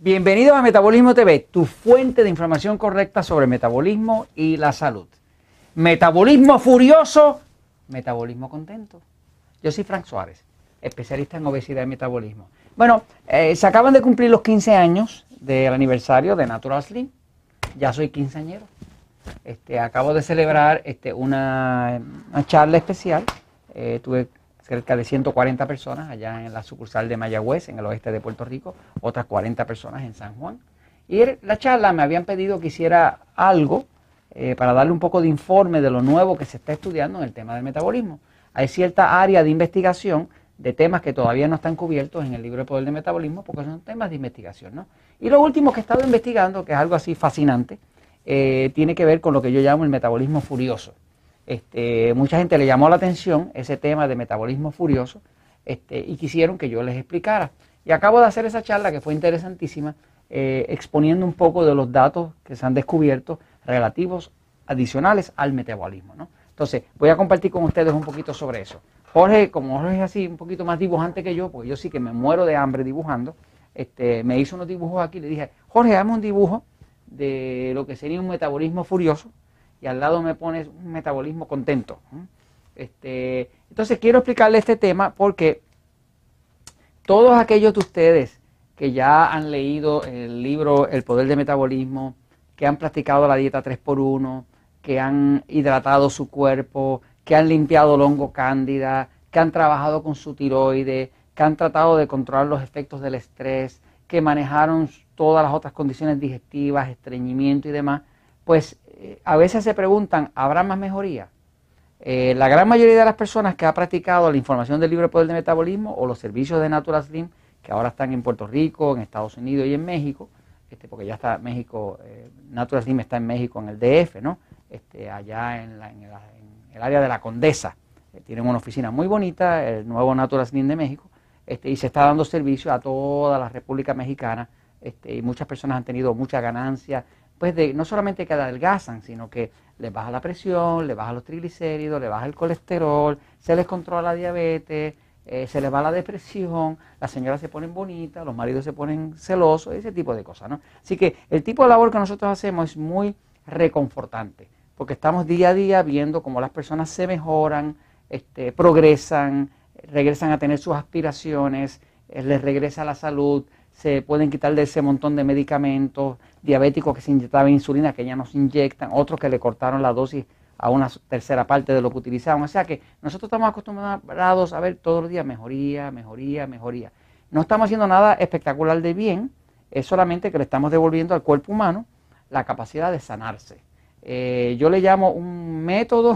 Bienvenidos a Metabolismo TV, tu fuente de información correcta sobre el metabolismo y la salud. Metabolismo furioso, metabolismo contento. Yo soy Frank Suárez, especialista en obesidad y metabolismo. Bueno, se acaban de cumplir los 15 años del aniversario de Natural Slim. Ya soy quinceañero. Acabo de celebrar una charla especial. Tuve cerca de 140 personas allá en la sucursal de Mayagüez, en el oeste de Puerto Rico, otras 40 personas en San Juan. Y la charla me habían pedido que hiciera algo para darle un poco de informe de lo nuevo que se está estudiando en el tema del metabolismo. Hay cierta área de investigación de temas que todavía no están cubiertos en el libro El Poder del Metabolismo porque son temas de investigación, ¿no? Y lo último que he estado investigando, que es algo así fascinante, tiene que ver con lo que yo llamo el metabolismo furioso. Mucha gente le llamó la atención ese tema de metabolismo furioso y quisieron que yo les explicara. Y acabo de hacer esa charla que fue interesantísima, exponiendo un poco de los datos que se han descubierto relativos adicionales al metabolismo, ¿no? Entonces, voy a compartir con ustedes un poquito sobre eso. Jorge, como Jorge es así un poquito más dibujante que yo, porque yo sí que me muero de hambre dibujando, me hizo unos dibujos aquí y le dije, Jorge, hazme un dibujo de lo que sería un metabolismo furioso, y al lado me pones un metabolismo contento. Entonces quiero explicarle este tema porque todos aquellos de ustedes que ya han leído el libro El Poder del Metabolismo, que han practicado la dieta 3x1, que han hidratado su cuerpo, que han limpiado el hongo cándida, que han trabajado con su tiroides, que han tratado de controlar los efectos del estrés, que manejaron todas las otras condiciones digestivas, estreñimiento y demás, pues a veces se preguntan, ¿habrá más mejoría? La gran mayoría de las personas que ha practicado la información del libro El Poder del Metabolismo o los servicios de Natural Slim, que ahora están en Puerto Rico, en Estados Unidos y en México, porque ya está México, Natural Slim está en México, en el DF, ¿no? Allá en el área de la Condesa, tienen una oficina muy bonita, el nuevo Natural Slim de México, y se está dando servicio a toda la República Mexicana, y muchas personas han tenido mucha ganancia, pues no solamente que adelgazan, sino que les baja la presión, les baja los triglicéridos, les baja el colesterol, se les controla la diabetes, se les va la depresión, las señoras se ponen bonitas, los maridos se ponen celosos, ese tipo de cosas, ¿no? Así que el tipo de labor que nosotros hacemos es muy reconfortante, porque estamos día a día viendo cómo las personas se mejoran, progresan, regresan a tener sus aspiraciones, les regresa la salud, se pueden quitar de ese montón de medicamentos, diabéticos que se inyectaban insulina, que ya no se inyectan, otros que le cortaron la dosis a una tercera parte de lo que utilizaban. O sea que nosotros estamos acostumbrados a ver todos los días mejoría, mejoría, mejoría. No estamos haciendo nada espectacular de bien, es solamente que le estamos devolviendo al cuerpo humano la capacidad de sanarse. Yo le llamo un método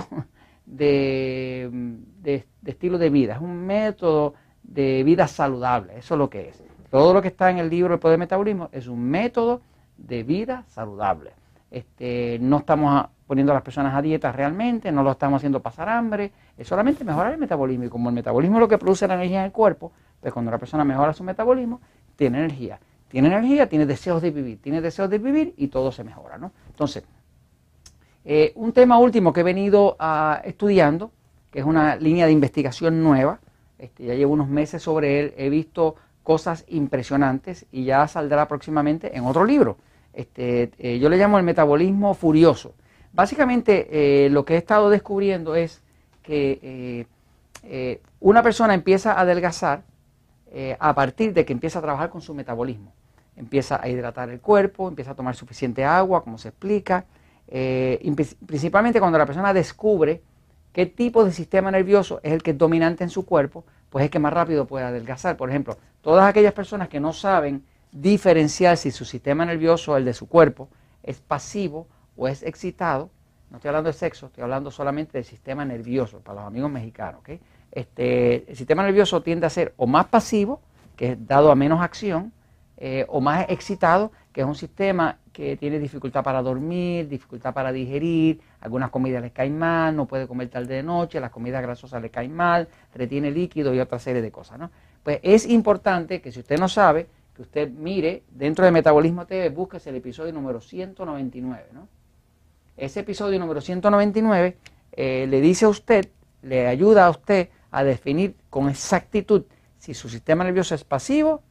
de estilo de vida, es un método de vida saludable, eso es lo que es. Todo lo que está en el libro El Poder del Metabolismo es un método de vida saludable. No estamos poniendo a las personas a dieta realmente, no lo estamos haciendo pasar hambre, es solamente mejorar el metabolismo. Y como el metabolismo es lo que produce la energía en el cuerpo, pues cuando la persona mejora su metabolismo, tiene energía. Tiene energía, tiene deseos de vivir y todo se mejora, ¿no? Entonces, un tema último que he venido estudiando, que es una línea de investigación nueva, ya llevo unos meses sobre él, he visto cosas impresionantes y ya saldrá próximamente en otro libro. Yo le llamo el metabolismo furioso. Básicamente lo que he estado descubriendo es que una persona empieza a adelgazar a partir de que empieza a trabajar con su metabolismo. Empieza a hidratar el cuerpo, empieza a tomar suficiente agua, como se explica, principalmente cuando la persona descubre qué tipo de sistema nervioso es el que es dominante en su cuerpo, pues es que más rápido puede adelgazar. Por ejemplo, todas aquellas personas que no saben diferenciar si su sistema nervioso, el de su cuerpo, es pasivo o es excitado, no estoy hablando de sexo, estoy hablando solamente del sistema nervioso, para los amigos mexicanos, ¿okay? El sistema nervioso tiende a ser o más pasivo, que es dado a menos acción, o más excitado, que es un sistema que tiene dificultad para dormir, dificultad para digerir, algunas comidas les caen mal, no puede comer tarde de noche, las comidas grasosas le caen mal, retiene líquido y otra serie de cosas, ¿no? Pues es importante que si usted no sabe, que usted mire dentro de Metabolismo TV, búsquese el episodio número 199, ¿no? Ese episodio número 199 le dice a usted, le ayuda a usted a definir con exactitud si su sistema nervioso es pasivo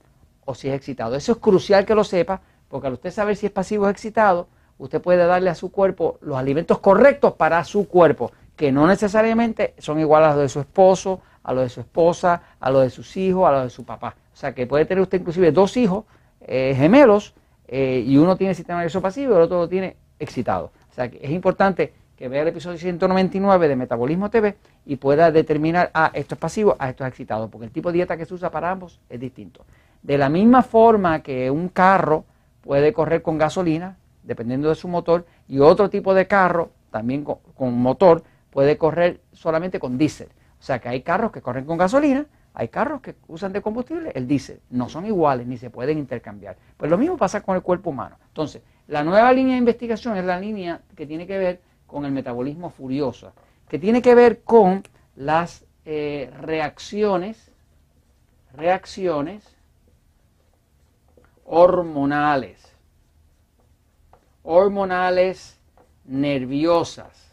o si es excitado. Eso es crucial que lo sepa, porque al usted saber si es pasivo o excitado, usted puede darle a su cuerpo los alimentos correctos para su cuerpo, que no necesariamente son iguales a los de su esposo, a los de su esposa, a los de sus hijos, a los de su papá. O sea que puede tener usted inclusive dos hijos gemelos y uno tiene sistema nervioso pasivo y el otro lo tiene excitado. O sea que es importante que vea el episodio 199 de Metabolismo TV y pueda determinar, esto es pasivo, esto es excitado, porque el tipo de dieta que se usa para ambos es distinto. De la misma forma que un carro puede correr con gasolina, dependiendo de su motor, y otro tipo de carro, también con motor, puede correr solamente con diésel. O sea que hay carros que corren con gasolina, hay carros que usan de combustible el diésel. No son iguales ni se pueden intercambiar. Pues lo mismo pasa con el cuerpo humano. Entonces, la nueva línea de investigación es la línea que tiene que ver con el metabolismo furioso, que tiene que ver con las reacciones hormonales nerviosas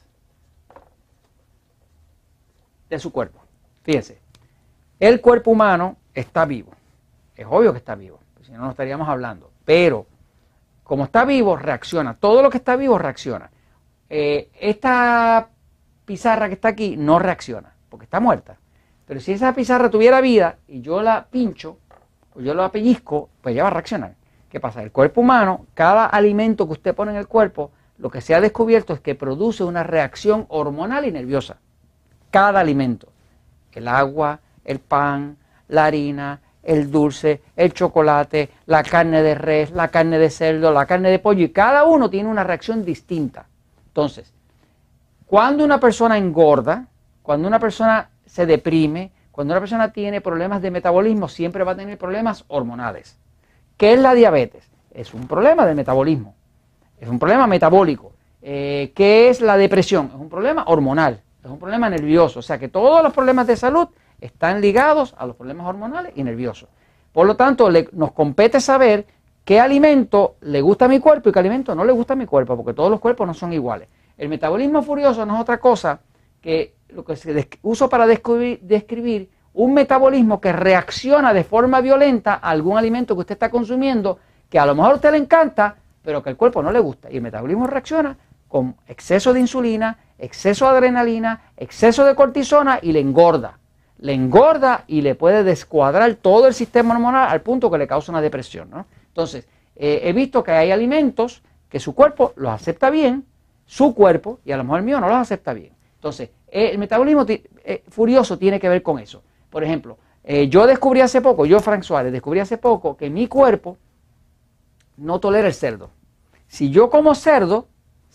de su cuerpo. Fíjense, el cuerpo humano está vivo, es obvio que está vivo, si no, no estaríamos hablando, pero como está vivo, reacciona, todo lo que está vivo reacciona. Esta pizarra que está aquí no reacciona, porque está muerta, pero si esa pizarra tuviera vida y yo la pincho, o yo la pellizco, pues ya va a reaccionar. ¿Qué pasa? El cuerpo humano, cada alimento que usted pone en el cuerpo, lo que se ha descubierto es que produce una reacción hormonal y nerviosa. Cada alimento, el agua, el pan, la harina, el dulce, el chocolate, la carne de res, la carne de cerdo, la carne de pollo, y cada uno tiene una reacción distinta. Entonces, cuando una persona engorda, cuando una persona se deprime, cuando una persona tiene problemas de metabolismo, siempre va a tener problemas hormonales. ¿Qué es la diabetes? Es un problema de metabolismo, es un problema metabólico. ¿Qué es la depresión? Es un problema hormonal, es un problema nervioso. O sea que todos los problemas de salud están ligados a los problemas hormonales y nerviosos. Por lo tanto, nos compete saber qué alimento le gusta a mi cuerpo y qué alimento no le gusta a mi cuerpo, porque todos los cuerpos no son iguales. El metabolismo furioso no es otra cosa que lo que se usa para describir un metabolismo que reacciona de forma violenta a algún alimento que usted está consumiendo, que a lo mejor a usted le encanta, pero que al cuerpo no le gusta. Y el metabolismo reacciona con exceso de insulina, exceso de adrenalina, exceso de cortisona y le engorda. Le engorda y le puede descuadrar todo el sistema hormonal al punto que le causa una depresión, ¿no? Entonces, he visto que hay alimentos que su cuerpo los acepta bien, su cuerpo, y a lo mejor el mío no los acepta bien. Entonces, el metabolismo furioso tiene que ver con eso. Por ejemplo, yo descubrí hace poco, Frank Suárez, descubrí hace poco que mi cuerpo no tolera el cerdo. Si yo como cerdo,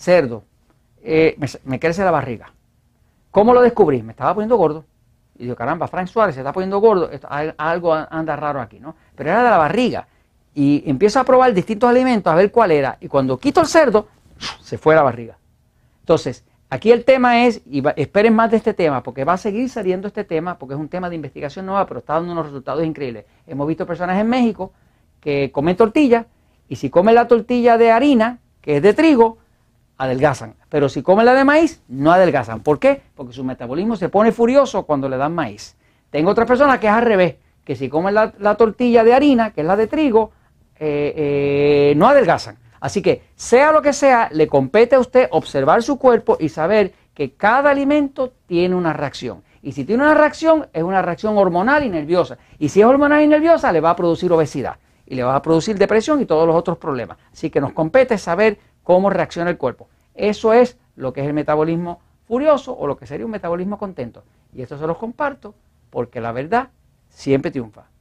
me crece la barriga. ¿Cómo lo descubrí? Me estaba poniendo gordo. Y digo, caramba, Frank Suárez se está poniendo gordo, algo anda raro aquí, ¿no? Pero era de la barriga. Y empiezo a probar distintos alimentos a ver cuál era. Y cuando quito el cerdo, se fue la barriga. Entonces, aquí el tema es, y esperen más de este tema, porque va a seguir saliendo este tema, porque es un tema de investigación nueva, pero está dando unos resultados increíbles. Hemos visto personas en México que comen tortilla, y si comen la tortilla de harina, que es de trigo, adelgazan. Pero si comen la de maíz, no adelgazan. ¿Por qué? Porque su metabolismo se pone furioso cuando le dan maíz. Tengo otras personas que es al revés, que si comen la tortilla de harina, que es la de trigo, no adelgazan. Así que, sea lo que sea, le compete a usted observar su cuerpo y saber que cada alimento tiene una reacción. Y si tiene una reacción, es una reacción hormonal y nerviosa. Y si es hormonal y nerviosa, le va a producir obesidad. Y le va a producir depresión y todos los otros problemas. Así que nos compete saber cómo reacciona el cuerpo. Eso es lo que es el metabolismo furioso o lo que sería un metabolismo contento. Y esto se los comparto porque la verdad siempre triunfa.